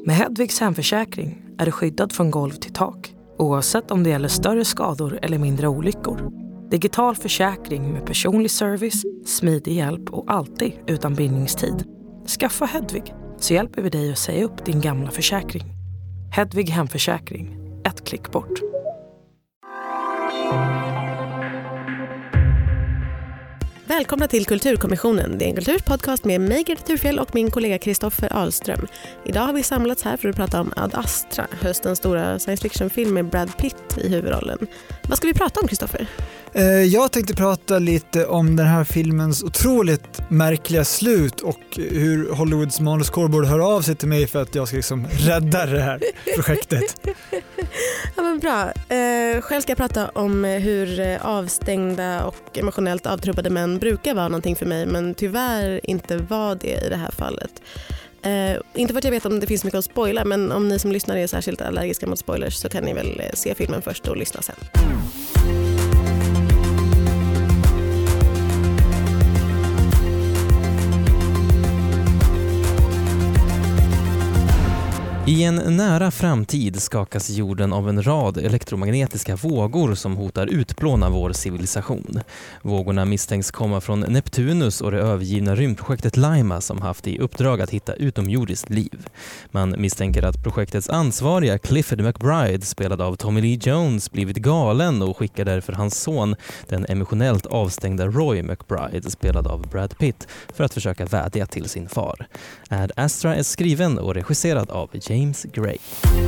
Med Hedvigs hemförsäkring är du skyddad från golv till tak, oavsett om det gäller större skador eller mindre olyckor. Digital försäkring med personlig service, smidig hjälp och alltid utan bindningstid. Skaffa Hedvig så hjälper vi dig att säga upp din gamla försäkring. Hedvig hemförsäkring, ett klick bort. Välkomna till Kulturkommissionen. Det är en kulturpodcast med mig, Greta Thurfjell, och min kollega Kristoffer Ahlström. Idag har vi samlats här för att prata om Ad Astra, höstens stora science fiction-film med Brad Pitt i huvudrollen. Vad ska vi prata om, Kristoffer? Jag tänkte prata lite om den här filmens otroligt märkliga slut och hur Hollywoods manus scoreboard hör av sig till mig för att jag ska liksom rädda det här projektet. Ja, men bra. Själv ska jag prata om hur avstängda och emotionellt avtrubbade män brukar vara någonting för mig, men tyvärr inte var det i det här fallet. Inte för att jag vet om det finns mycket att spoila, men om ni som lyssnar är särskilt allergiska mot spoilers så kan ni väl se filmen först och lyssna sen. I en nära framtid skakas jorden av en rad elektromagnetiska vågor som hotar utplåna vår civilisation. Vågorna misstänks komma från Neptunus och det övergivna rymdprojektet Lima som haft i uppdrag att hitta utomjordiskt liv. Man misstänker att projektets ansvariga Clifford McBride, spelad av Tommy Lee Jones, blivit galen och skickar därför hans son, den emotionellt avstängda Roy McBride, spelad av Brad Pitt, för att försöka vädja till sin far. Ad Astra är skriven och regisserad av James Gray.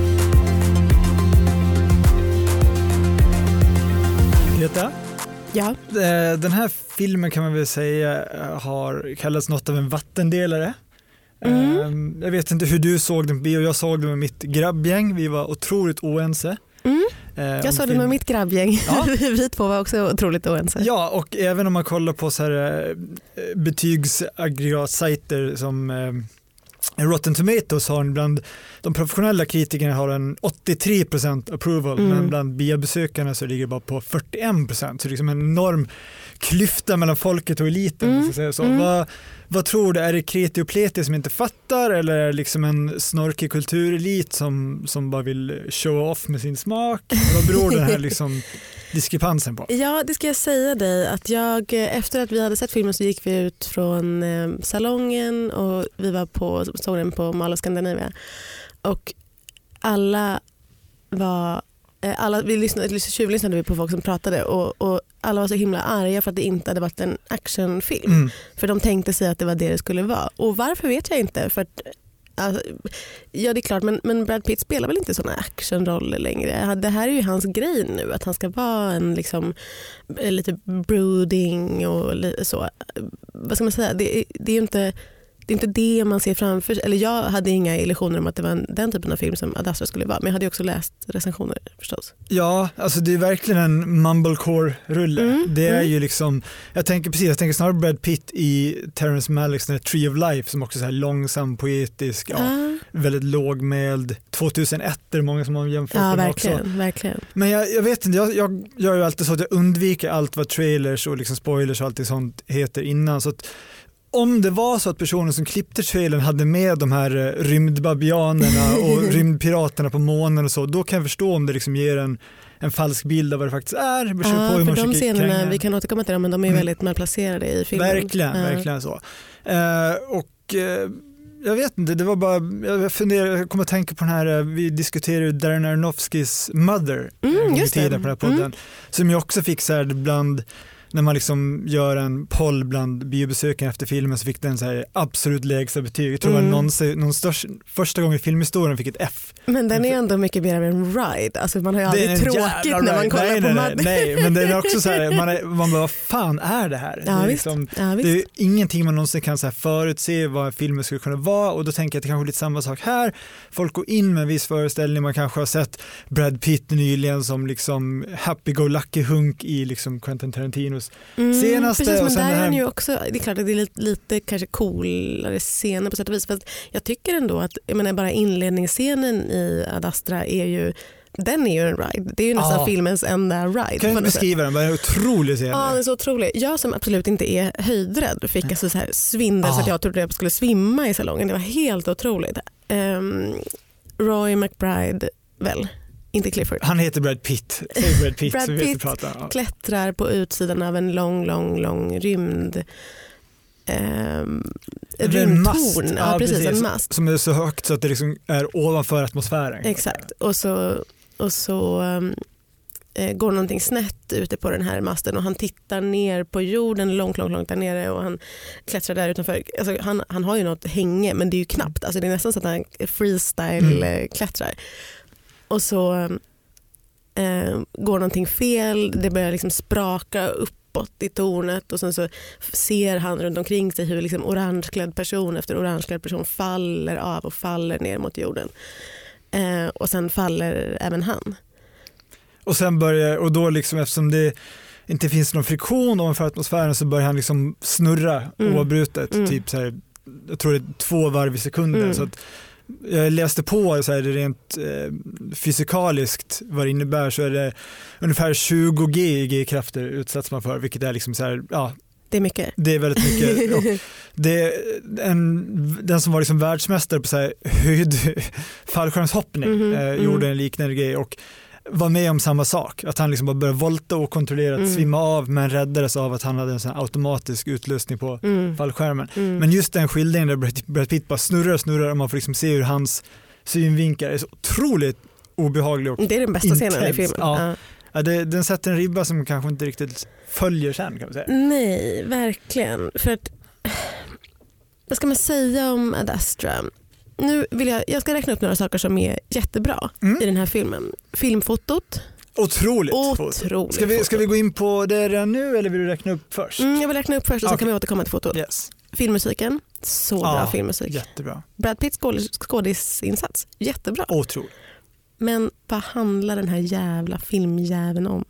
Greta? Ja. Den här filmen kan man väl säga har kallats något av en vattendelare. Jag vet inte hur du såg den på bio. Jag såg den med mitt grabbgäng. Vi var otroligt oense. Jag såg den med mitt grabbgäng. Ja. Vi två var också otroligt oense. Ja, och även om man kollar på så här betygsaggregatsajter som Rotten Tomatoes har bland de professionella kritikerna har en 83% approval, men bland biobesökarna så ligger det bara på 41%. Så det är liksom en enorm klyfta mellan folket och eliten. Så säga så. Vad tror du? Är det kreti och pleti som inte fattar, eller är det liksom en snorkig kulturelit som bara vill show off med sin smak? Vad beror den här liksom diskrepansen på? Ja, det ska jag säga dig att jag, efter att vi hade sett filmen så gick vi ut från salongen och vi såg den på Mall of Scandinavia och tjuvlyssnade vi på folk som pratade och alla var så himla arga för att det inte hade varit en actionfilm. För de tänkte sig att det var det skulle vara. Och varför vet jag inte, för att alltså, ja, det är klart, men Brad Pitt spelar väl inte såna actionroller längre. Det här är ju hans grej nu, att han ska vara en liksom lite brooding och så. Vad ska man säga? Det är ju inte det man ser framför sig. Eller jag hade inga illusioner om att det var den typen av film som Ad Astra skulle vara. Men jag hade också läst recensioner förstås. Ja, alltså det är verkligen en mumblecore-rulle. Det är ju liksom, jag tänker snarare Brad Pitt i Terrence Malicks Tree of Life som också är så här långsam, poetisk, väldigt lågmäld. 2001 är det många som har jämfört med verkligen, också. Verkligen. Men jag vet inte, jag gör ju alltid så att jag undviker allt vad trailers och liksom spoilers och allt sånt heter innan. Så att om det var så att personen som klippte trailern hade med de här rymdbabianerna och rymdpiraterna på månen och så, då kan jag förstå om det liksom ger en falsk bild av vad det faktiskt är. För de scenerna, vi kan återkomma till dem, men de är väldigt malplacerade i filmen. Verkligen så. Jag vet inte, det var bara, jag kommer att tänka på den här, vi diskuterade Darren Aronofskys Mother just det. På den här podden, som jag också fick så här bland. När man liksom gör en poll bland biobesökarna efter filmen så fick den så här absolut lägsta betyg. Jag tror det var första gången i filmhistorien fick ett F. Men den är ändå mycket mer en ride. Alltså man har ju aldrig tråkigt när man kollar på Mad. Nej, men det är också så här, man bara, vad fan är det här? Ja, det är ingenting man någonsin kan så här förutse vad filmen skulle kunna vara, och då tänker jag att det kanske är lite samma sak här. Folk går in med en viss föreställning, man kanske har sett Brad Pitt nyligen som liksom happy-go-lucky hunk i liksom Quentin Tarantino senaste. Precis, men där är han ju också, det är klart att det är lite kanske coolare scener på sätt och vis, för jag tycker ändå att bara inledningsscenen i Ad Astra är ju den är ju en ride. Det är ju nästan filmens enda ride. Kan du beskriva den? Det är otrolig scen. Ja, den är så otrolig. Jag som absolut inte är höjdrädd fick alltså så här svindel så att jag trodde jag skulle svimma i salongen. Det var helt otroligt. Roy McBride väl? Inte Clifford. Han heter Brad Pitt. Säg Brad Pitt. Brad Pitt klättrar på utsidan av en lång rymd. Rymdtorn. Ja, precis, en mast. Som är så högt så att det liksom är ovanför atmosfären. Exakt. Och så går någonting snett ute på den här masten och han tittar ner på jorden långt där nere och han klättrar där utanför. Alltså, han har ju något hänge men det är ju knappt. Alltså, det är nästan så att han freestyle klättrar. Och så går någonting fel. Det börjar liksom spraka uppåt i tornet och sen så ser han runt omkring sig hur liksom orangeklädd person efter orangeklädd person faller av och faller ner mot jorden. Och sen faller även han. Och sen börjar, och då liksom eftersom det inte finns någon friktion ovanför atmosfären så börjar han liksom snurra oavbrutet. Typ så här, jag tror det är 2 varv i sekunden. Så att jag läste på så här, det rent fysikaliskt vad det innebär så är det ungefär 20 G-krafter utsätts man för, vilket är liksom så här, ja. Det är mycket. Det är väldigt mycket. Och den som var liksom världsmästare på så här fallskärmshoppning gjorde en liknande grej och var med om samma sak. Att han liksom bara började volta och kontrollerat svimma av men räddades av att han hade en sån automatisk utlösning på fallskärmen. Men just den skildringen där Brad Pitt bara snurrar och man får liksom se hur hans synvinkar är så otroligt obehaglig och det är den bästa intense. Scenen i filmen. Ja. Ja, den sätter en ribba som kanske inte riktigt följer sen kan man säga. Nej, verkligen. För att, vad ska man säga om Ad Astra? Nu vill jag ska räkna upp några saker som är jättebra i den här filmen. Filmfotot. Otroligt. Ska vi gå in på det redan nu eller vill du räkna upp först? Jag vill räkna upp först och så kan vi återkomma till fotot. Yes. Filmmusiken, så bra filmmusik. Jättebra. Brad Pitts skådisinsats, jättebra. Otroligt. Men vad handlar den här jävla filmjäveln om?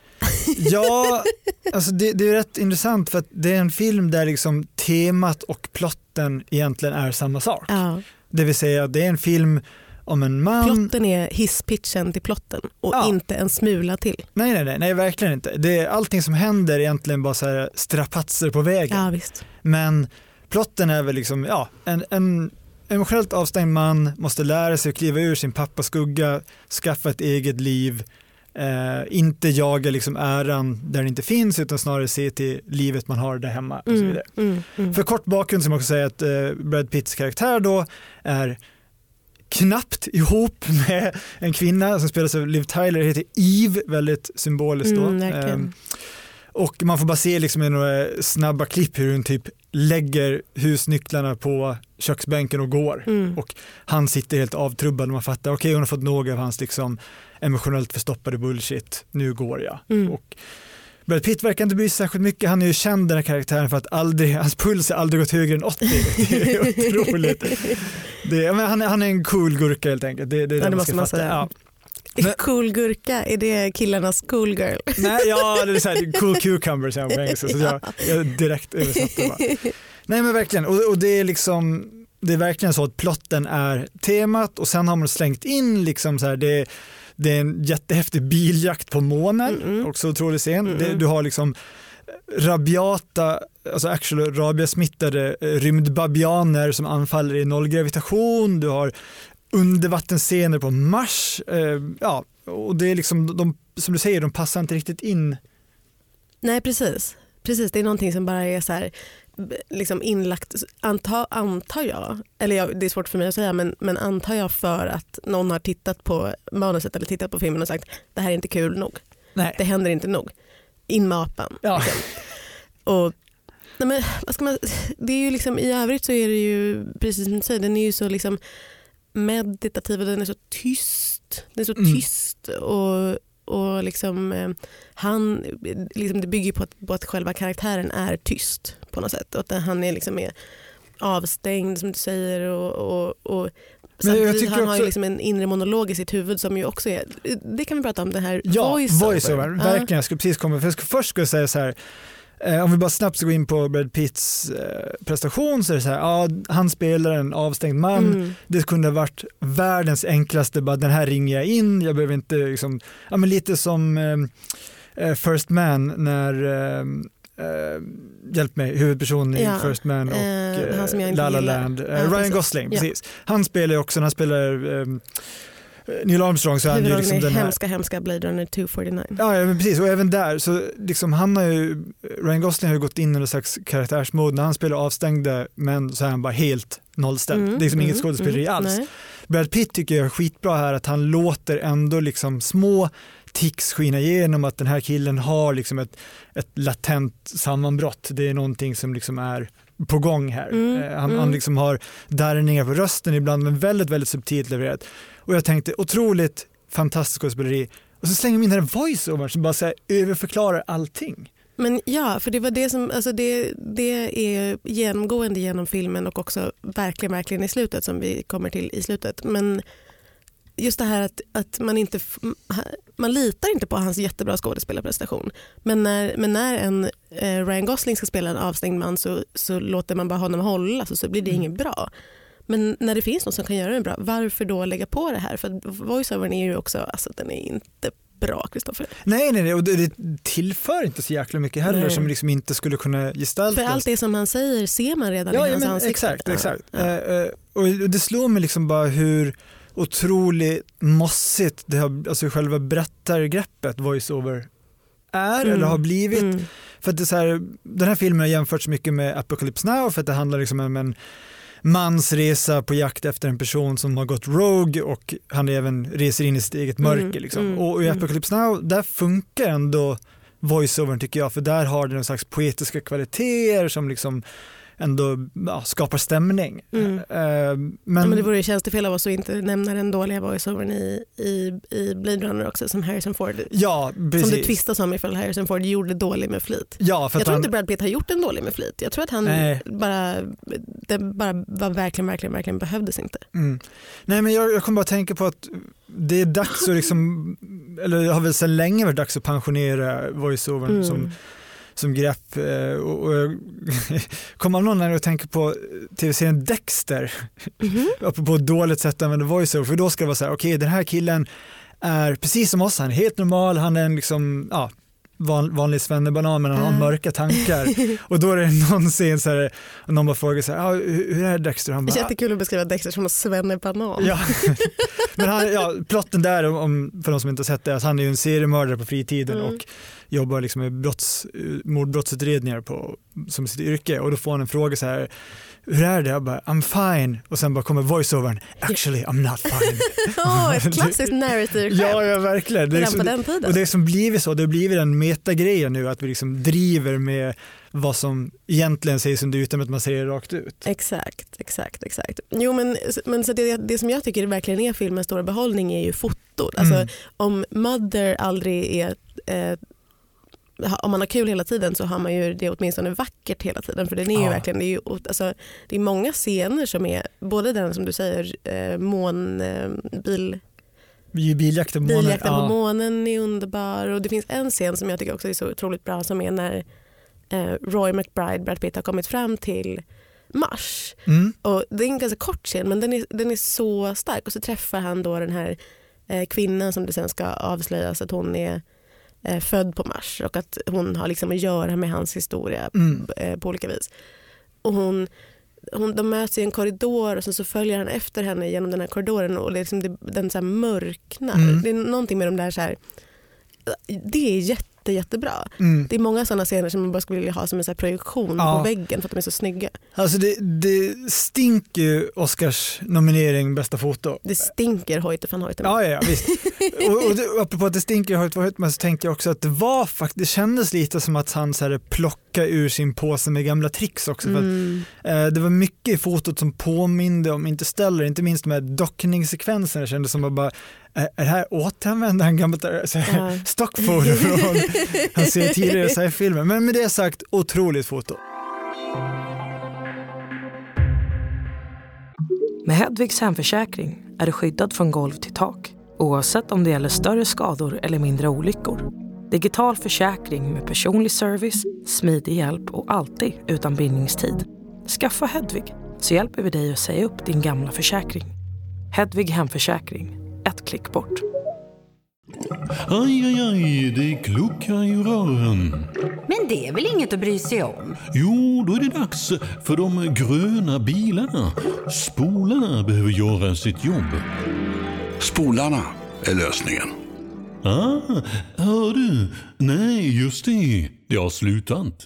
Ja, alltså det är rätt intressant för att det är en film där liksom temat och plotten egentligen är samma sak. Ja. Det vill säga det är en film om en man. Plotten är hisspitchen till plotten och inte en smula till. Nej, verkligen inte. Det är allting som händer egentligen bara så här strapatser på vägen. Ja, visst. Men plotten är väl liksom en emotionellt avstängd man måste lära sig att kliva ur sin pappas skugga, skaffa ett eget liv, inte jaga liksom äran där det inte finns utan snarare se till livet man har där hemma och så vidare. För kort bakgrund så man också säga att Brad Pitts karaktär då är knappt ihop med en kvinna som spelas av Liv Tyler, heter Eve, väldigt symboliskt då. Och man får bara se liksom i några snabba klipp hur hon typ lägger husnycklarna på köksbänken och går. Och han sitter helt avtrubbad och man fattar okej, hon har fått några av hans liksom emotionellt förstoppade bullshit. Nu går jag. Och Brad Pitt verkar inte bry sig särskilt mycket. Han är ju känd den här karaktären för att hans puls har aldrig gått högre än 80. Det är otroligt. Han är en cool gurka helt enkelt. Det måste man säga. Ja. Cool gurka, är det killarnas cool girl? Nej, det är så här, cool cucumber så på engelska, så jag direkt översatte bara. Nej men verkligen, och det är liksom, det är verkligen så att plotten är temat och sen har man slängt in liksom så här, det är en jättehäftig biljakt på månen, också otrolig scen. Du har liksom rabiata, alltså rabiasmittade rymdbabianer som anfaller i nollgravitation, du har undervattensscener på Mars, och det är liksom som du säger, de passar inte riktigt in. Nej, precis, det är någonting som bara är så här liksom inlagt, antar jag, eller det är svårt för mig att säga, men antar jag för att någon har tittat på manuset eller tittat på filmen och sagt det här är inte kul nog. Nej. Det händer inte nog. In med apan. Ja. Liksom. Och nej, men vad ska man, det är ju liksom, i övrigt så är det ju precis som du säger, den är ju så liksom meditativ och den är så tyst. Den är så tyst och liksom han liksom, det bygger på att själva karaktären är tyst på något sätt och att han är liksom avstängd som du säger och samtidigt han har ju liksom en inre monolog i sitt huvud som ju också är, det kan vi prata om, den här voiceover. Verkligen, jag skulle precis komma, för först skulle jag säga så här, om vi bara snabbt ska gå in på Brad Pitts prestation så är det så här, han spelar en avstängd man, det kunde ha varit världens enklaste, bara den här ringer jag in, jag behöver inte liksom, men lite som First Man när hjälp mig, huvudpersonen i First Man och La La Land, Ryan Gosling, precis. Han spelar ju också, han spelar Neil Armstrong så är han ju liksom den här hemska Blade Runner 249. Ja, men precis, och även där så liksom Ryan Gosling har ju gått in i en slags karaktärsmod. När han spelar avstängda men så är han bara helt nollställd. Det är liksom inget skådespeleri alls. Nej. Brad Pitt tycker jag är skitbra här, att han låter ändå liksom små tics skina igenom att den här killen har liksom ett latent sammanbrott. Det är någonting som liksom är på gång här. Han liksom har darrningar på rösten ibland, men väldigt, väldigt subtilt levererat. Och jag tänkte, otroligt fantastisk skådespeleri. Och så slänger de in den här voice-over som bara så här överförklarar allting. Men ja, för det var det som, alltså det är genomgående genom filmen och också verkligen i slutet, som vi kommer till i slutet. Men just det här att man litar inte på hans jättebra skådespelarprestation. Men när en Ryan Gosling ska spela en avstängd man så låter man bara honom hålla, så blir det inget bra. Men när det finns någon som kan göra det bra, varför då lägga på det här? För voiceovern är ju också, alltså den är inte bra, Kristoffer. Nej, och det tillför inte så jäkla mycket heller som liksom inte skulle kunna gestaltas. För allt det som han säger ser man redan i hans ansikte. Exakt. Och det slår mig liksom bara hur otroligt mossigt det har, alltså själva berättargreppet voiceover är eller har blivit. För att det är så här, den här filmen har jämförts mycket med Apocalypse Now, för att det handlar liksom om en mans resa på jakt efter en person som har gått rogue, och han även reser in i sitt eget mörker. Liksom. Och i Apocalypse Now, där funkar ändå voiceovern, tycker jag, för där har det en slags poetiska kvaliteter som liksom ändå skapar stämning. Men det vore ju tjänstefel av oss att inte nämna den dåliga voiceovern i Blade Runner också, som Harrison Ford. Ja, precis. Som det tvistas om ifall Harrison Ford gjorde dålig med flit. Ja, för jag tror inte Brad Pitt har gjort en dålig med flit. Jag tror att han bara var verkligen behövdes inte. Nej, men jag kommer bara tänka på att det är dags att liksom, eller det har väl så länge varit dags att pensionera voiceovern som grepp, och jag kommer någon när jag tänker på tv-serien Dexter på ett dåligt sätt att använda voiceover, för då ska det vara så här, okej, den här killen är precis som oss, han är helt normal, han är en liksom vanlig svennebanan, men han har mörka tankar. Och då är det någon scen så här, och någon bara frågar så här, hur är Dexter? Han bara, jättekul att beskriva Dexter som en svennebanan. Ja. Men plotten där, för de som inte har sett det, att han är ju en seriemördare på fritiden och jobbar liksom med mordbrottsutredningar som sitt yrke, och då får han en fråga så här, hur är det? Jag bara, I'm fine. Och sen bara kommer voiceovern, actually I'm not fine. Ett klassiskt narrative. Ja, verkligen. Det är på den tiden. Och det som blivit så, det blir en metagrejen nu, att vi liksom driver med vad som egentligen sägs under utan att man säger det rakt ut. Exakt. Jo, men så det som jag tycker verkligen är filmens stora behållning är ju fotot. Alltså om Mother aldrig är om man har kul hela tiden, så har man ju det åtminstone vackert hela tiden, för den är ju verkligen, det är många scener som är, både den som du säger, biljakten på månen är underbar, och det finns en scen som jag tycker också är så otroligt bra, som är när Roy McBride, Brad Pitt, har kommit fram till Mars. Och det är en ganska kort scen, men den är så stark, och så träffar han då den här kvinnan som det sen ska avslöjas att hon är född på Mars, och att hon har liksom att göra med hans historia på olika vis. Och de möts i en korridor, och så följer han efter henne genom den här korridoren, och liksom den så här mörknar. Det är någonting med de där så här, det är jättebra. Det är många sådana scener som man bara skulle vilja ha som en så här projektion på väggen, för att de är så snygga. Alltså det stinker ju Oscars nominering bästa foto. Det stinker Hoyte van Hoytema. Ja, visst. och apropå att det stinker Hoyte van Hoytema, så tänkte jag också att det kändes lite som att han så här plockade ur sin påse med gamla tricks också. För att, det var mycket i fotot som påminde om Interstellar, inte minst med dockningssekvenserna. Det kändes som att bara, är det här återanvända en gammal stockfoto från han ser tidigare så här filmer. Men med det sagt, otroligt foto. Med Hedvigs hemförsäkring är du skyddad från golv till tak, oavsett om det gäller större skador eller mindre olyckor. Digital försäkring med personlig service, smidig hjälp och alltid utan bindningstid. Skaffa Hedvig, så hjälper vi dig att säga upp din gamla försäkring. Hedvig hemförsäkring, ett klick bort. Aj, det kluckar i rören. Men det är väl inget att bry sig om? Jo, då är det dags för de gröna bilarna. Spolarna behöver göra sitt jobb. Spolarna är lösningen. Hör du? Nej, just det. Det har slutat.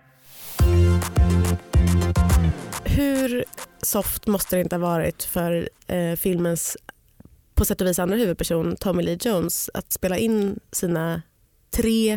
Hur soft måste det inte ha varit för filmens på sätt och vis andra huvudperson Tommy Lee Jones att spela in sina 3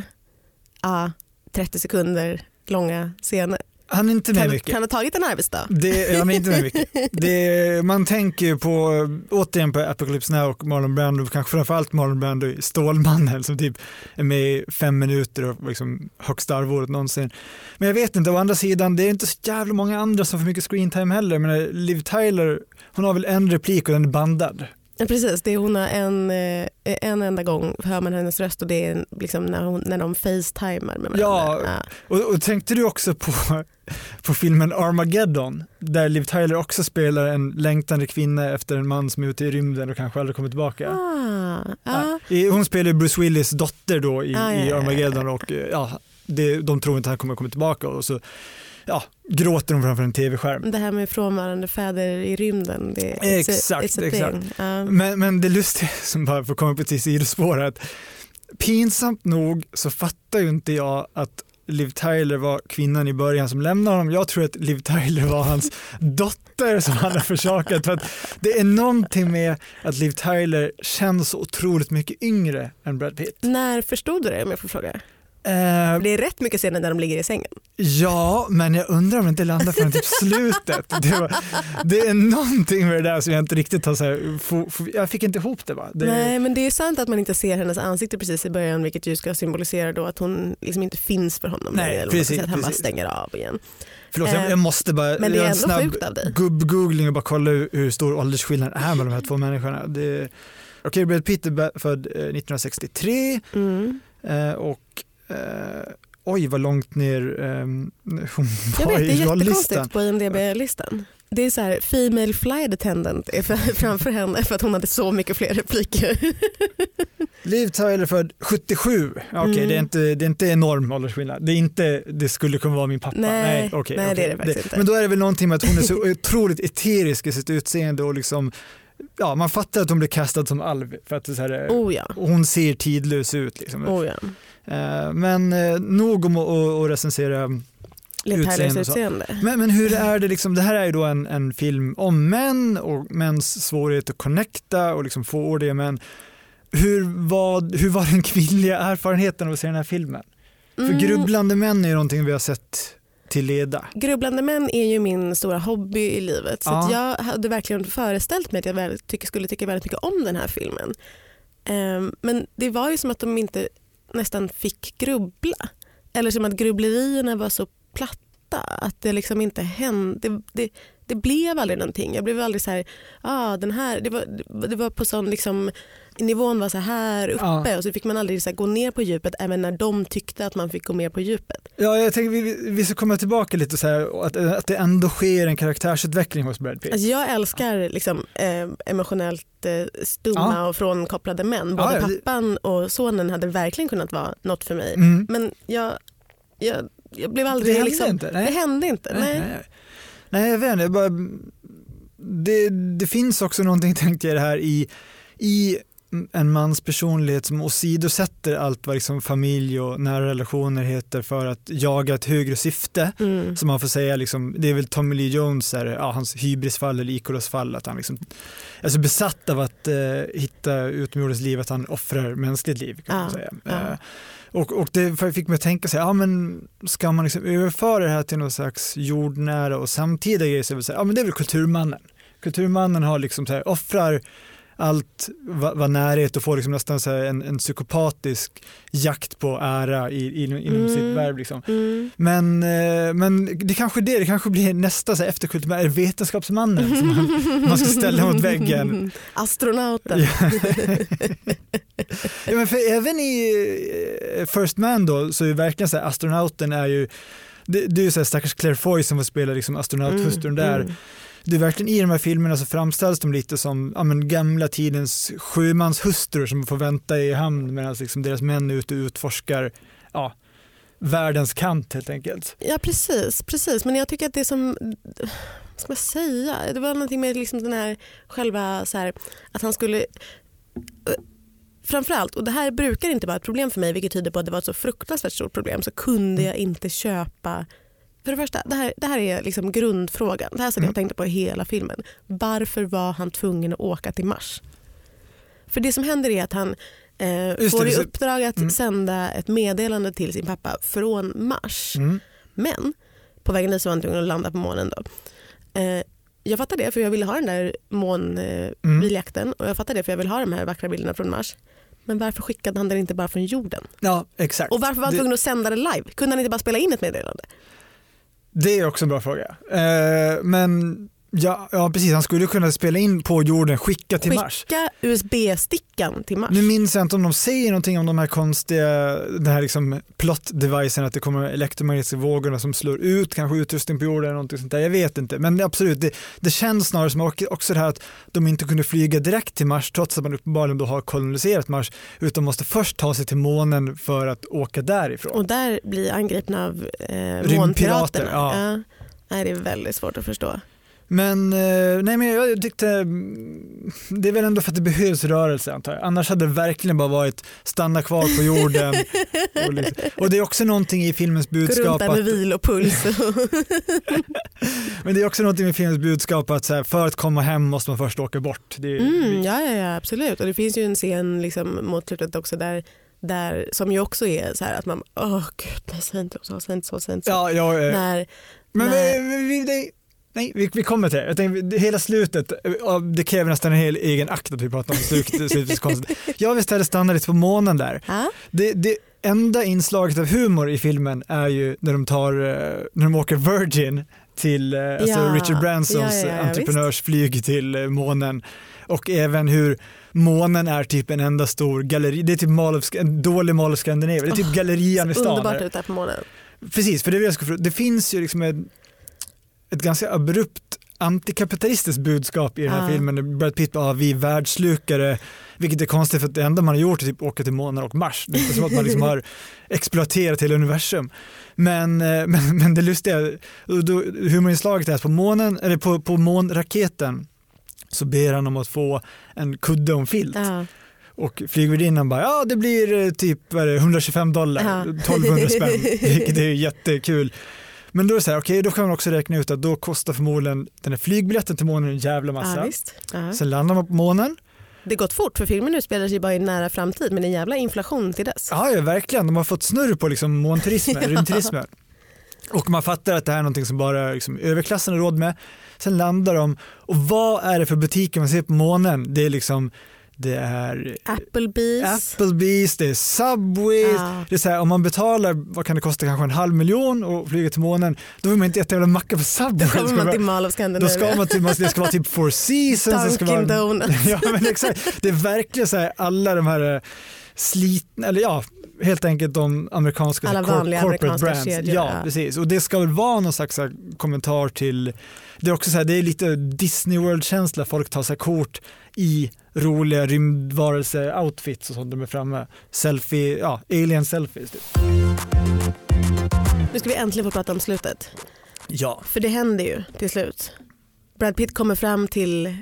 30 sekunder långa scener? Han är inte med mycket. Kan ha tagit en arbetsdag? Han är inte med mycket. Man tänker ju återigen på Apocalypse Now och Marlon Brando, kanske framförallt Marlon Brando i Stålmannen som typ är med i 5 minuter och liksom högsta arvodet någonsin. Men jag vet inte, å andra sidan, det är inte så jävla många andra som får mycket screen time heller. Men Liv Tyler, hon har väl en replik och den är bandad. Ja, precis, det är hon har en enda gång hör man hennes röst och det är liksom när de facetimar med varandra. Ja. Och tänkte du också på filmen Armageddon där Liv Tyler också spelar en längtande kvinna efter en man som är ute i rymden och kanske aldrig kommer tillbaka. Hon spelar Bruce Willis dotter då i Armageddon och de tror inte att han kommer komma tillbaka och så gråter de framför en tv-skärm. Det här med frånvarande fäder i rymden. Exakt. Men det lustiga som bara får komma på till sidospår att pinsamt nog så fattar ju inte jag att Liv Tyler var kvinnan i början som lämnade honom. Jag tror att Liv Tyler var hans dotter som han har försakat. För att det är någonting med att Liv Tyler känns så otroligt mycket yngre än Brad Pitt. När förstod du det om jag får fråga? Det är rätt mycket scener när de ligger i sängen. Ja, men jag undrar om det inte landar från typ slutet. Det är någonting med det där som jag inte riktigt har så här, jag fick inte ihop det va? Nej, men det är sant att man inte ser hennes ansikte precis i början, vilket ju ska symbolisera då att hon liksom inte finns för honom. Nej, eller precis, att han bara stänger av igen. Förlåt, jag måste bara men det är göra en ändå snabb sjukt av dig. Googling och bara kolla hur stor åldersskillnaden är mellan de här två människorna. Okej, Brad Pitt är född 1963 och oj vad långt ner hon var i rollistan. Jag vet, det är jättekonstigt på IMDb-listan. Det är så här, female flight attendant är framför henne för att hon hade så mycket fler repliker. Liv Tyler född 77. Okej, det är inte enorm åldersskillnad. Det är inte, det skulle kunna vara min pappa. Nej, det är det faktiskt inte. Men då är det väl någonting med att hon är så otroligt eterisk i sitt utseende och liksom man fattar att hon blir kastad som alv för att det så här, hon ser tidlös ut liksom. Men nog om att recensera utseende. Men hur är det liksom, det här är ju då en film om män och mäns svårighet att connecta och liksom få det, men hur var den kvinnliga erfarenheten av att se den här filmen? För grubblande män är ju någonting vi har sett till leda. Grubblande män är ju min stora hobby i livet. Så att jag hade verkligen föreställt mig att jag skulle tycka väldigt mycket om den här filmen. Men det var ju som att de inte nästan fick grubbla. Eller som att grubblerierna var så platta att det liksom inte hände. Det blev aldrig någonting. Jag blev aldrig så här, den här det var på sån liksom, nivån var så här uppe och så fick man aldrig så här, gå ner på djupet även när de tyckte att man fick gå mer på djupet. Ja, jag tänker vi ska komma tillbaka lite så här att det ändå sker en karaktärsutveckling hos Brad Pitt. Alltså jag älskar liksom emotionellt stumma och frånkopplade män. Både pappan och sonen hade verkligen kunnat vara något för mig. Men jag blev aldrig det hände liksom, inte. Det hände inte. Nej, jag vet inte. Det finns också någonting, tänkte jag, det här i en mans personlighet som åsidosätter allt vad liksom familj och nära relationer heter för att jaga ett högre syfte. Som man får säga, liksom, det är väl Tommy Lee Jones, hans hybrisfall eller Icarus-fall, att han liksom är så besatt av att hitta utomjordens liv att han offrar mänskligt liv, kan man säga. Och det fick mig att tänka sig, men ska man liksom överföra det här till någon slags jordnära och samtida grejer, så vill säga, men det är väl kulturmannen. Kulturmannen har liksom så här, offrar allt vad närhet och får liksom nästan så här en psykopatisk jakt på ära inom sitt värv liksom. Men det kanske blir nästa så här, efterkult med vetenskapsmannen som man ska ställa mot väggen. Astronauten. Ja, men för även i First Man då, så är verkligen så här, astronauten är ju det är ju så här stackars Claire Foy som får spela liksom astronauthustrun där. Det är verkligen i de här filmerna så framställs de lite som gamla tidens sjömanshustrur som får vänta i hamn medan liksom deras män är ute och utforskar världens kant helt enkelt. Ja, precis. Men jag tycker att det som, ska man säga, det var någonting med liksom den här själva så här, att han skulle framförallt, och det här brukar inte vara ett problem för mig, vilket tyder på att det var ett så fruktansvärt stort problem, så kunde jag inte köpa. För det första, det här är liksom grundfrågan. Det här som jag tänkte på i hela filmen. Varför var han tvungen att åka till Mars? För det som händer är att han får i uppdrag att sända ett meddelande till sin pappa från Mars. Men på vägen dit så var han tvungen att landa på månen då. Jag fattar det för jag ville ha den där månbiljakten och jag fattar det för jag vill ha de här vackra bilderna från Mars. Men varför skickade han den inte bara från jorden? Ja, exakt. Och varför var han tvungen att sända det live? Kunde han inte bara spela in ett meddelande? Det är också en bra fråga. Men ja, precis. Han skulle kunna spela in på jorden, skicka till Mars. Skicka USB-stickan till Mars. Nu minns jag inte om de säger någonting om de här konstiga, den här liksom plot-devicen, att det kommer elektromagnetiska vågorna som slår ut kanske utrustning på jorden eller någonting sånt där. Jag vet inte. Men absolut, det känns snarare som också det här att de inte kunde flyga direkt till Mars trots att man uppenbarligen då har koloniserat Mars, utan måste först ta sig till månen för att åka därifrån. Och där blir angripna av månpiraterna. Ja. Det är väldigt svårt att förstå. Men jag tyckte det är väl ändå för att det behövs rörelse antar jag. Annars hade det verkligen bara varit stanna kvar på jorden. och det är också någonting i filmens budskap med vil och puls. Men det är också någonting i filmens budskap att så här, för att komma hem måste man först åka bort. Ja, absolut. Och det finns ju en scen liksom, mot slutet också där som ju också är så här att man säg inte så. Nej, vi kommer till det. Jag tänkte, hela slutet, det kräver nästan en hel egen akt att vi pratar om slutet. Jag vill istället stanna lite på månen där. Det enda inslaget av humor i filmen är ju när de åker Virgin till Richard Bransons entreprenörsflyg till månen. Och även hur månen är typ en enda stor galleri. Det är typ en dålig Mall of Scandinavia. Det är typ gallerian i stan. Underbart ut där på månen. Precis, för det finns ju liksom ett ganska abrupt antikapitalistiskt budskap i den här filmen. Brad Pitt bara, vi är världslukare, vilket är konstigt för att det enda man har gjort är typ åka till månen och Mars. Det är inte som att man liksom har exploaterat hela universum. Men det lustiga, humorinslaget är på månen, eller på månraketen så ber han om att få en kudde och en filt. Och flygvärdinnan bara, det blir typ $125, 1200 spänn, vilket är jättekul. Men då är det så här, okej, då kan man också räkna ut att då kostar förmodligen den här flygbiljetten till månen en jävla massa. Sen landar man på månen. Det har gått fort för filmen nu spelar sig bara i nära framtid, men en jävla inflation till dess. Ja, verkligen. De har fått snurr på liksom månturismen, rymdturismen. Och man fattar att det här är någonting som bara liksom överklassen har råd med. Sen landar de, och vad är det för butiker man ser på månen? Det är liksom det är Applebee's, det är Subway. Det är så här, om man betalar, vad kan det kosta, kanske $500,000 och flyga till månen, då vill man inte äta jävla macka på Subway. Då kommer man till Mall of Scandinavia. Då ska man till, det ska vara typ Four Seasons. Dunkin' Donuts. Ja, men exakt. Det är verkligen så här, alla de här slitna, eller helt enkelt de amerikanska alla vanliga corporate amerikanska brands. Kedjor, ja, precis. Och det ska väl vara någon slags kommentar till, det är också så här, det är lite Disney World-känsla, folk tar sig kort i roliga rymdvarelse-outfits och sånt, de är framme. Alien selfies. Typ. Nu ska vi äntligen få prata om slutet. Ja. För det händer ju till slut. Brad Pitt kommer fram till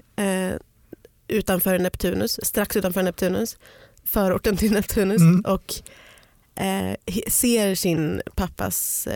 utanför Neptunus, strax utanför Neptunus, förorten till Neptunus, och ser sin pappas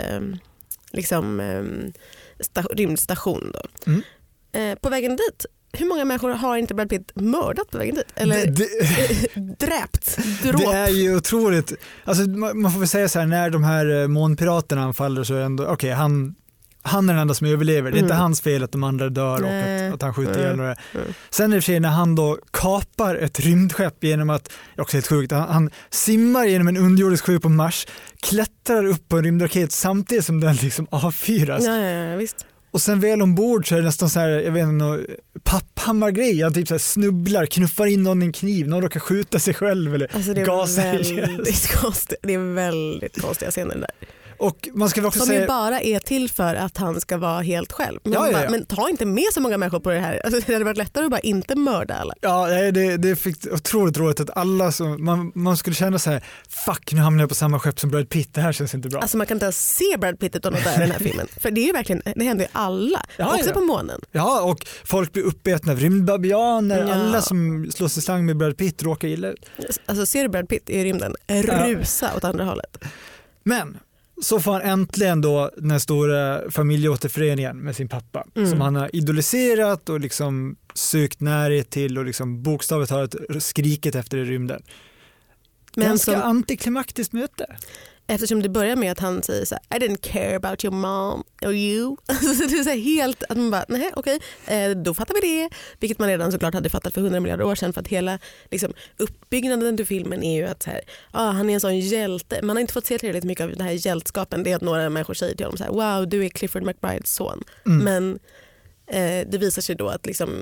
rymdstation då. På vägen dit, hur många människor har inte Brad Pitt mördat på vägen dit? Eller dräpt? Det är ju otroligt. Alltså, man får väl säga så här, när de här månpiraterna anfaller så är ändå, han är den enda som överlever. Det är inte hans fel att de andra dör och att han skjuter ihjäl några. Sen är det för sig när han då kapar ett rymdskepp genom att, också helt sjukt, han simmar genom en underjordisk sjö på Mars, klättrar upp på en rymdraket samtidigt som den liksom avfyras. Ja, visst. Och sen väl ombord så är det nästan så här, jag vet inte, papphammargrej. Han typ så här snubblar, knuffar in någon i en kniv, någon råkar skjuta sig själv eller alltså gasa. Det är väldigt konstiga scener där. Och man ska väl också som säga... ju bara är till för att han ska vara helt själv. Men, Ja. men ta inte med så många människor på det här. Alltså, det hade varit lättare att bara inte mörda alla. Ja, det fick otroligt roligt att alla som, man skulle känna så här: fuck, nu hamnar jag på samma skepp som Brad Pitt, det här känns inte bra. Alltså man kan inte ens se Brad Pitt utan något där i den här filmen. För det är ju verkligen, det händer ju alla. Också på månen. Ja, och folk blir uppätna av rymdbabianer. Alla som slår sig slang med Brad Pitt råkar illa ut. Alltså ser du Brad Pitt i rymden, rusa åt andra hållet. Men så får han äntligen då den här stora familjeåterföreningen med sin pappa som han har idoliserat och liksom sökt närhet till och liksom bokstavligt talat skrikit efter i rymden. Men ganska antiklimaktiskt möte. Eftersom det börjar med att han säger så här: I didn't care about your mom or you. Så det är så här helt att man bara, nej okej, då fattar vi det. Vilket man redan såklart hade fattat för 100 miljarder år sedan, för att hela liksom, uppbyggnaden till filmen är ju att så här, han är en sån hjälte. Man har inte fått se tillräckligt mycket av den här hjältskapen. Det är att några människor säger till honom så här: wow, du är Clifford McBrides son. Men det visar sig då att liksom,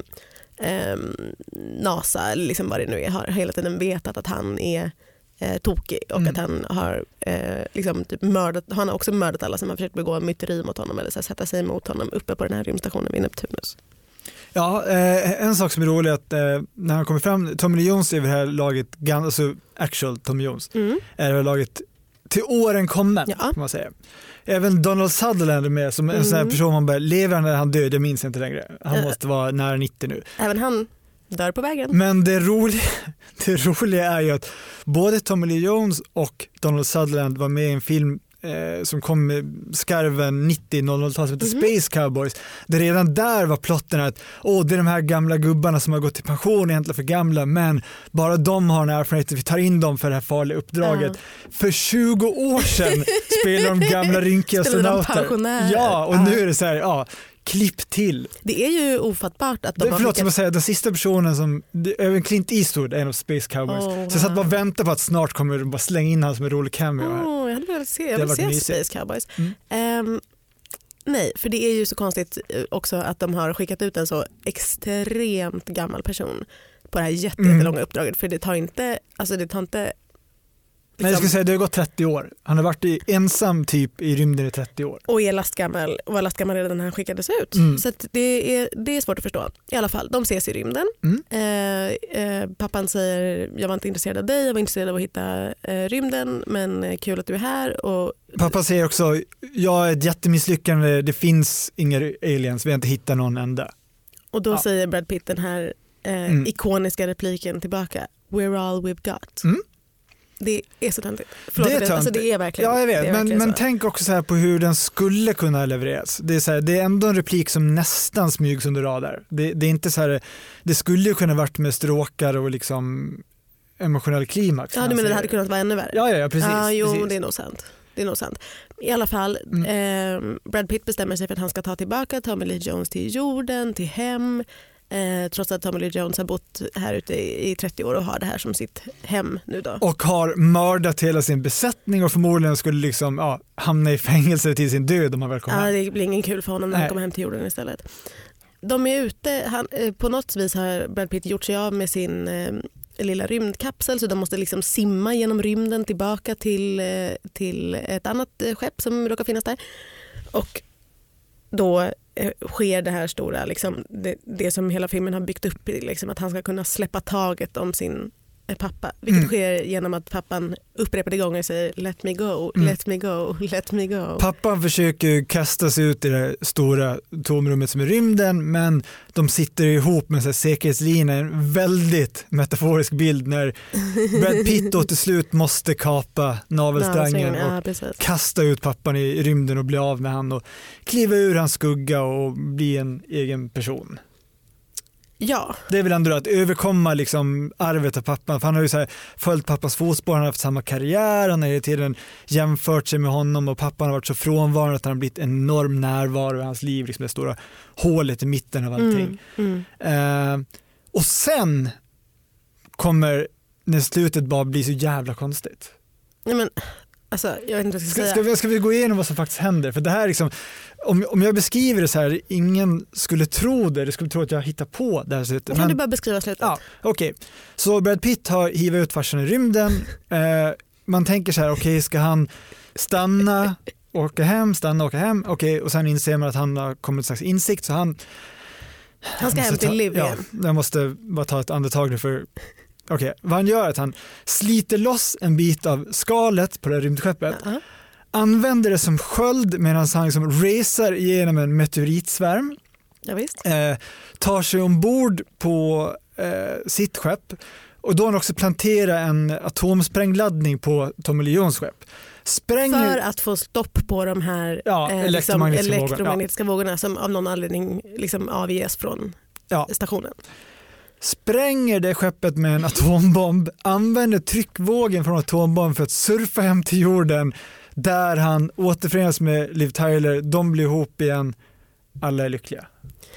NASA, liksom vad det nu är, har hela tiden vetat att han är tokig och att han har liksom typ mördat, han har också mördat alla som har försökt begå myteri mot honom eller så här, sätta sig emot honom uppe på den här rymdstationen vid Neptunus. Ja, en sak som är rolig är att när han kommer fram, Tommy Lee Jones är det här laget, alltså actual Tommy Jones, är det här laget till åren kommen kan man säga. Även Donald Sutherland är med som en sån här person, man bara, lever han eller han död, jag minns inte längre. Han måste vara nära 90 nu. Även han dör på vägen. Men det roliga är ju att både Tommy Lee Jones och Donald Sutherland var med i en film som kom med skarven 90-00-tal som heter Space Cowboys. Det redan där var plotten att det är de här gamla gubbarna som har gått i pension, egentligen för gamla, men bara de har en erfarenhet, vi tar in dem för det här farliga uppdraget. För 20 år sedan spelar de gamla rynkiga astronauter. Ja, och nu är det så här, klipp till. Det är ju ofattbart att de har som att säga, den sista personen som, även Clint Eastwood är en av Space Cowboys. Så jag satt bara och väntade på att snart kommer de bara slänga in han som en rolig cameo här. Jag hade velat se Space Cowboys. Nej, för det är ju så konstigt också att de har skickat ut en så extremt gammal person på det här jättelånga uppdraget, för det tar inte Men jag skulle säga det har gått 30 år. Han har varit ensam typ i rymden i 30 år. Och var lastgammal redan när han skickades ut. Så att det är svårt att förstå. I alla fall, de ses i rymden. Pappan säger, jag var inte intresserad av dig, jag var intresserad av att hitta rymden, men kul att du är här. Och pappa säger också, jag är ett jättemisslyckande, det finns inga aliens, vi har inte hittat någon enda. Och då säger Brad Pitt den här ikoniska repliken tillbaka, we're all we've got. Det är så töntigt. Det är verkligen. Ja, jag vet. Men tänk också så här på hur den skulle kunna levereras. Det är så här, det är ändå en replik som nästan smygs under radar. Det är inte så här, det skulle ju kunna varit med stråkar och liksom emotionell klimax. Ja, du menar det hade kunnat vara ännu värre. Ja, precis. Precis. Det är nog sant. I alla fall, Brad Pitt bestämmer sig för att han ska ta tillbaka Tommy Lee Jones till jorden, till hem. Trots att Tommy Lee Jones har bott här ute i 30 år och har det här som sitt hem nu då. Och har mördat hela sin besättning och förmodligen skulle liksom hamna i fängelse till sin död om han väl kommer hem. Det blir ingen kul för honom när han kommer hem till jorden istället. De är ute, på något vis har Brad Pitt gjort sig av med sin lilla rymdkapsel, så de måste liksom simma genom rymden tillbaka till ett annat skepp som råkar finnas där. Och då sker det här stora, liksom, det som hela filmen har byggt upp, liksom, att han ska kunna släppa taget om sin pappa. Vilket sker genom att pappan upprepade gånger säger let me go, let me go, let me go. Pappan försöker kasta sig ut i det stora tomrummet som är rymden, men de sitter ihop med en säkerhetslina, en väldigt metaforisk bild när Brad Pitt då till slut måste kapa navelsträngen och kasta ut pappan i rymden och bli av med han och kliva ur hans skugga och bli en egen person. Ja. Det är väl ändå att överkomma liksom arvet av pappan, för han har ju så här följt pappas fotspår, han har haft samma karriär, han har hela tiden jämfört sig med honom och pappan har varit så frånvarande att han har blivit en enorm närvaro i hans liv, liksom det stora hålet i mitten av allting. Och sen kommer när slutet bara bli så jävla konstigt. Nej, men alltså, jag vet inte vad jag ska säga. Ska vi gå igenom vad som faktiskt händer? För det här liksom, om jag beskriver det så här, ingen skulle tro det skulle tro att jag hittar på det här sättet. Kan du bara beskriva slutet? Ja, okej. Så Brad Pitt har hivat ut farsan i rymden. Man tänker så här, okej, ska han stanna åka hem, åka hem. Okej, och sen inser man att han har kommit till slags insikt, så han ska hem till Liv igen. Jag måste bara ta ett andetag nu för vad han gör är att han sliter loss en bit av skalet på det här rymdskeppet, använder det som sköld medan han liksom racer igenom en meteoritsvärm. Ja, visst. Tar sig ombord på sitt skepp, och då har han också planterat en atomsprängladdning på Tommy Lee Jones skepp. För att få stopp på de här elektromagnetiska vågorna som av någon anledning liksom avges från stationen. Spränger det skeppet med en atombomb, använder tryckvågen från atombomben för att surfa hem till jorden, där han återförenas med Liv Tyler. De blir ihop igen, alla är lyckliga.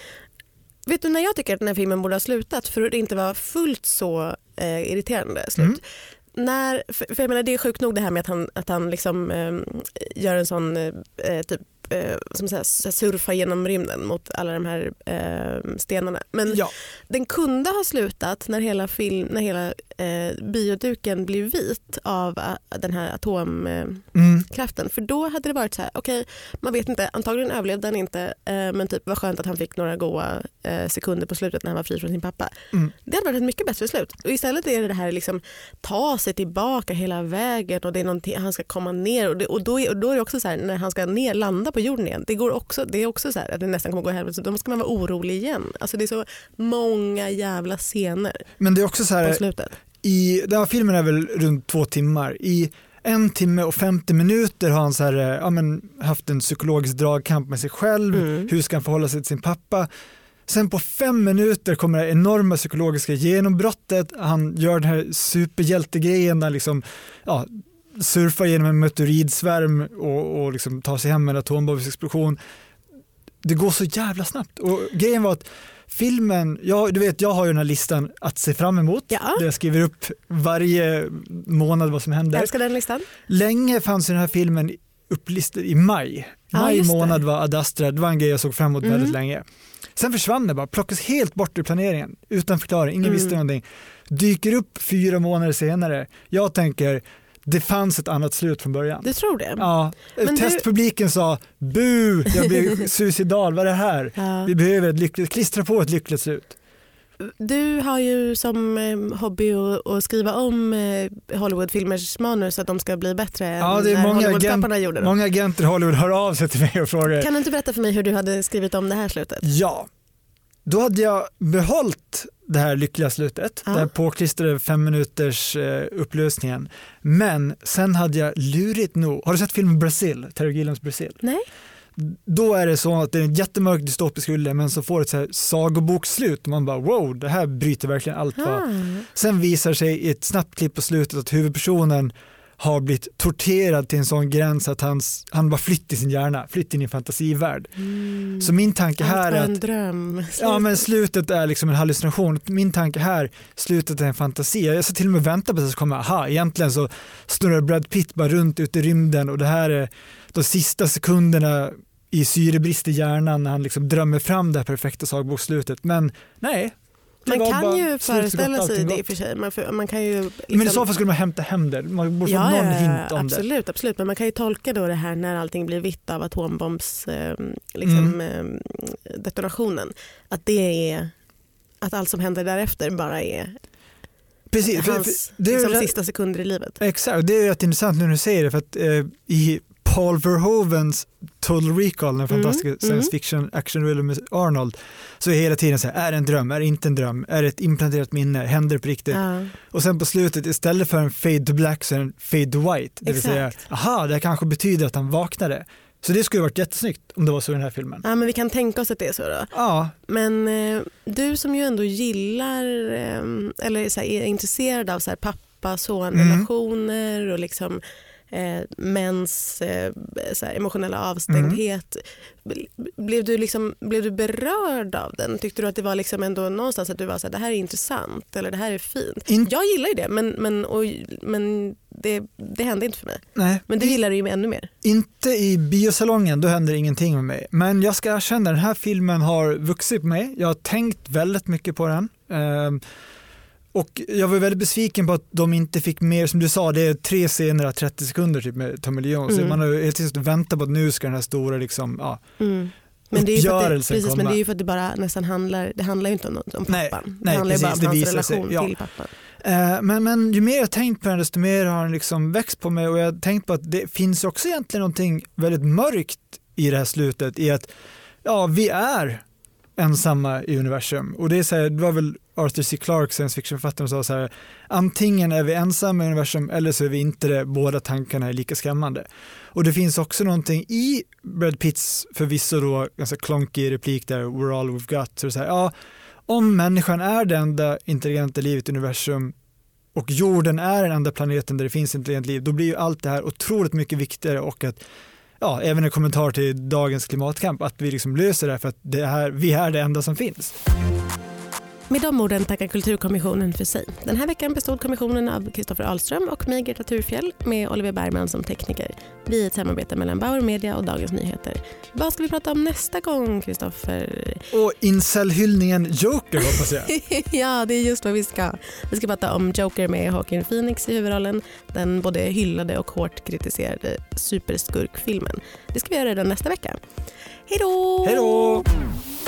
Vet du när jag tycker att den här filmen borde ha slutat, för att det inte var fullt så irriterande slut? För jag menar, det är sjukt nog det här med att han liksom gör en sån typ som säger, surfa genom rymden mot alla de här stenarna. Men den kunde ha slutat när hela bioduken blir vit av den här atomkraften. För då hade det varit så här, okej, man vet inte, antagligen överlevde han inte, men typ var skönt att han fick några goda sekunder på slutet när han var fri från sin pappa. Det hade varit ett mycket bättre slut. Och istället är det här liksom ta sig tillbaka hela vägen, och det är någonting, han ska komma ner, och då är det också så här, när han ska landa på jorden igen, det är också så här att det nästan kommer gå helvete, så då ska man vara orolig igen. Alltså det är så många jävla scener. Men det är också så här, på slutet. Den här filmen är väl runt 2 timmar. I 1 timme och 50 minuter har han så här, haft en psykologisk dragkamp med sig själv. Hur ska han förhålla sig till sin pappa? Sen på 5 minuter kommer det enorma psykologiska genombrottet. Han gör den här superhjältegrejen där liksom, surfar genom en meteoritsvärm och liksom tar sig hem med en atombombsexplosion. Det går så jävla snabbt. Och grejen var att filmen, du vet, jag har ju den här listan att se fram emot. Där jag skriver upp varje månad vad som händer. Jag älskar den listan. Länge fanns den här filmen upplistad i maj. Maj månad var Ad Astra. Det var en grej jag såg fram emot väldigt länge. Sen försvann det bara, plockas helt bort ur planeringen. Utan förklaring, ingen visste någonting. Dyker upp 4 månader senare. Jag tänker, det fanns ett annat slut från början. Du tror det? Ja. Testpubliken sa, bu, jag blev suicidal, vad är det här? Vi behöver klistra på ett lyckligt slut. Du har ju som hobby att skriva om Hollywoodfilmers manus så att de ska bli bättre än det är Hollywoodskapparna gjorde. Många agenter i Hollywood hör av sig till mig och frågar. Kan du inte berätta för mig hur du hade skrivit om det här slutet? Ja, då hade jag behållit det här lyckliga slutet, där påklistrade 5 minuters upplösningen. Men sen hade jag lurigt nog, har du sett filmen Brasil, Terry Gilliams Brasil? Nej. Då är det så att det är en jättemörk dystopisk hylla, men så får ett så här sagoboksslut och man bara wow, det här bryter verkligen allt. Sen visar sig i ett snabbt klipp på slutet att huvudpersonen har blivit torterad till en sån gräns att han bara flytt i sin hjärna, flytt in i en fantasivärld. Så min tanke här är en dröm. Men slutet är liksom en hallucination. Min tanke här, slutet är en fantasi. Jag ska till och med vänta på att det ska komma. Egentligen så snurrar Brad Pitt bara runt ute i rymden och det här är de sista sekunderna i syrebrist i hjärnan när han liksom drömmer fram det här perfekta sagbokslutet. Men nej. Man kan ju föreställa sig det i och för sig. Man kan ju liksom... Men i så fall skulle man hämta hem det. Man borde få någon hint om det. Absolut. Men man kan ju tolka då det här när allting blir vitt av atombombs detonationen. Att det är att allt som händer därefter bara är precis, hans det är liksom, sista sekunder i livet. Exakt, det är rätt intressant när du säger det. För att i Paul Verhovens Total Recall, den fantastiska science fiction action med Arnold, så är hela tiden så här, är det en dröm, är det inte en dröm, är det ett implanterat minne, händer det på riktigt? Och sen på slutet, istället för en fade to black så är det en fade to white, det vill säga, det kanske betyder att han vaknade. Så det skulle varit jättesnyggt om det var så i den här filmen. Ja, men vi kan tänka oss att det är så då. Ja. Men du som ju ändå gillar eller så här, är intresserad av så här, pappa-son-relationer och liksom mäns så här, emotionella avstängdhet. Blev du berörd av den? Tyckte du att det var liksom ändå någonstans att du var så här, det här är intressant eller det här är fint? Jag gillar ju det, men det hände inte för mig. Nej. Men du gillar det ju ännu mer. Inte i biosalongen, då händer ingenting med mig. Men jag ska erkänna, den här filmen har vuxit på mig. Jag har tänkt väldigt mycket på den. Och jag var väldigt besviken på att de inte fick mer, som du sa, det är 3 scener av 30 sekunder typ med Tommy Lee Jones. Så man har ju helt enkelt väntat på att nu ska den här stora liksom, Men det är ju för att komma. men det är ju för att det bara nästan handlar ju inte om pappan. Nej, det handlar ju bara om hans relation till pappan. Men ju mer jag tänkt på den, desto mer har den liksom växt på mig, och jag har tänkt på att det finns också egentligen någonting väldigt mörkt i det här slutet, i att vi är ensamma i universum. Och det är så här, det var väl Arthur C. Clarke, science fiction-författaren, som sa så här: antingen är vi ensamma i universum eller så är vi inte det. Båda tankarna är lika skrämmande. Och det finns också någonting i Brad Pitts förvisso då ganska klonky replik där, we're all we've got. Så det är så här, om människan är det enda intelligenta livet i universum och jorden är den enda planeten där det finns intelligent liv, då blir ju allt det här otroligt mycket viktigare, och att även en kommentar till dagens klimatkamp, att vi liksom löser det här för att vi är det enda som finns. Med de orden tackar Kulturkommissionen för sig. Den här veckan bestod kommissionen av Kristoffer Ahlström och mig, Greta Thurfjell, med Oliver Bergman som tekniker. Vi är ett samarbete mellan Bauer Media och Dagens Nyheter. Vad ska vi prata om nästa gång, Kristoffer? Och incel-hyllningen Joker, hoppas jag. Ja, det är just vad vi ska. Vi ska prata om Joker med Joaquin Phoenix i huvudrollen. Den både hyllade och hårt kritiserade superskurkfilmen. Det ska vi göra redan nästa vecka. Hej då! Hej då!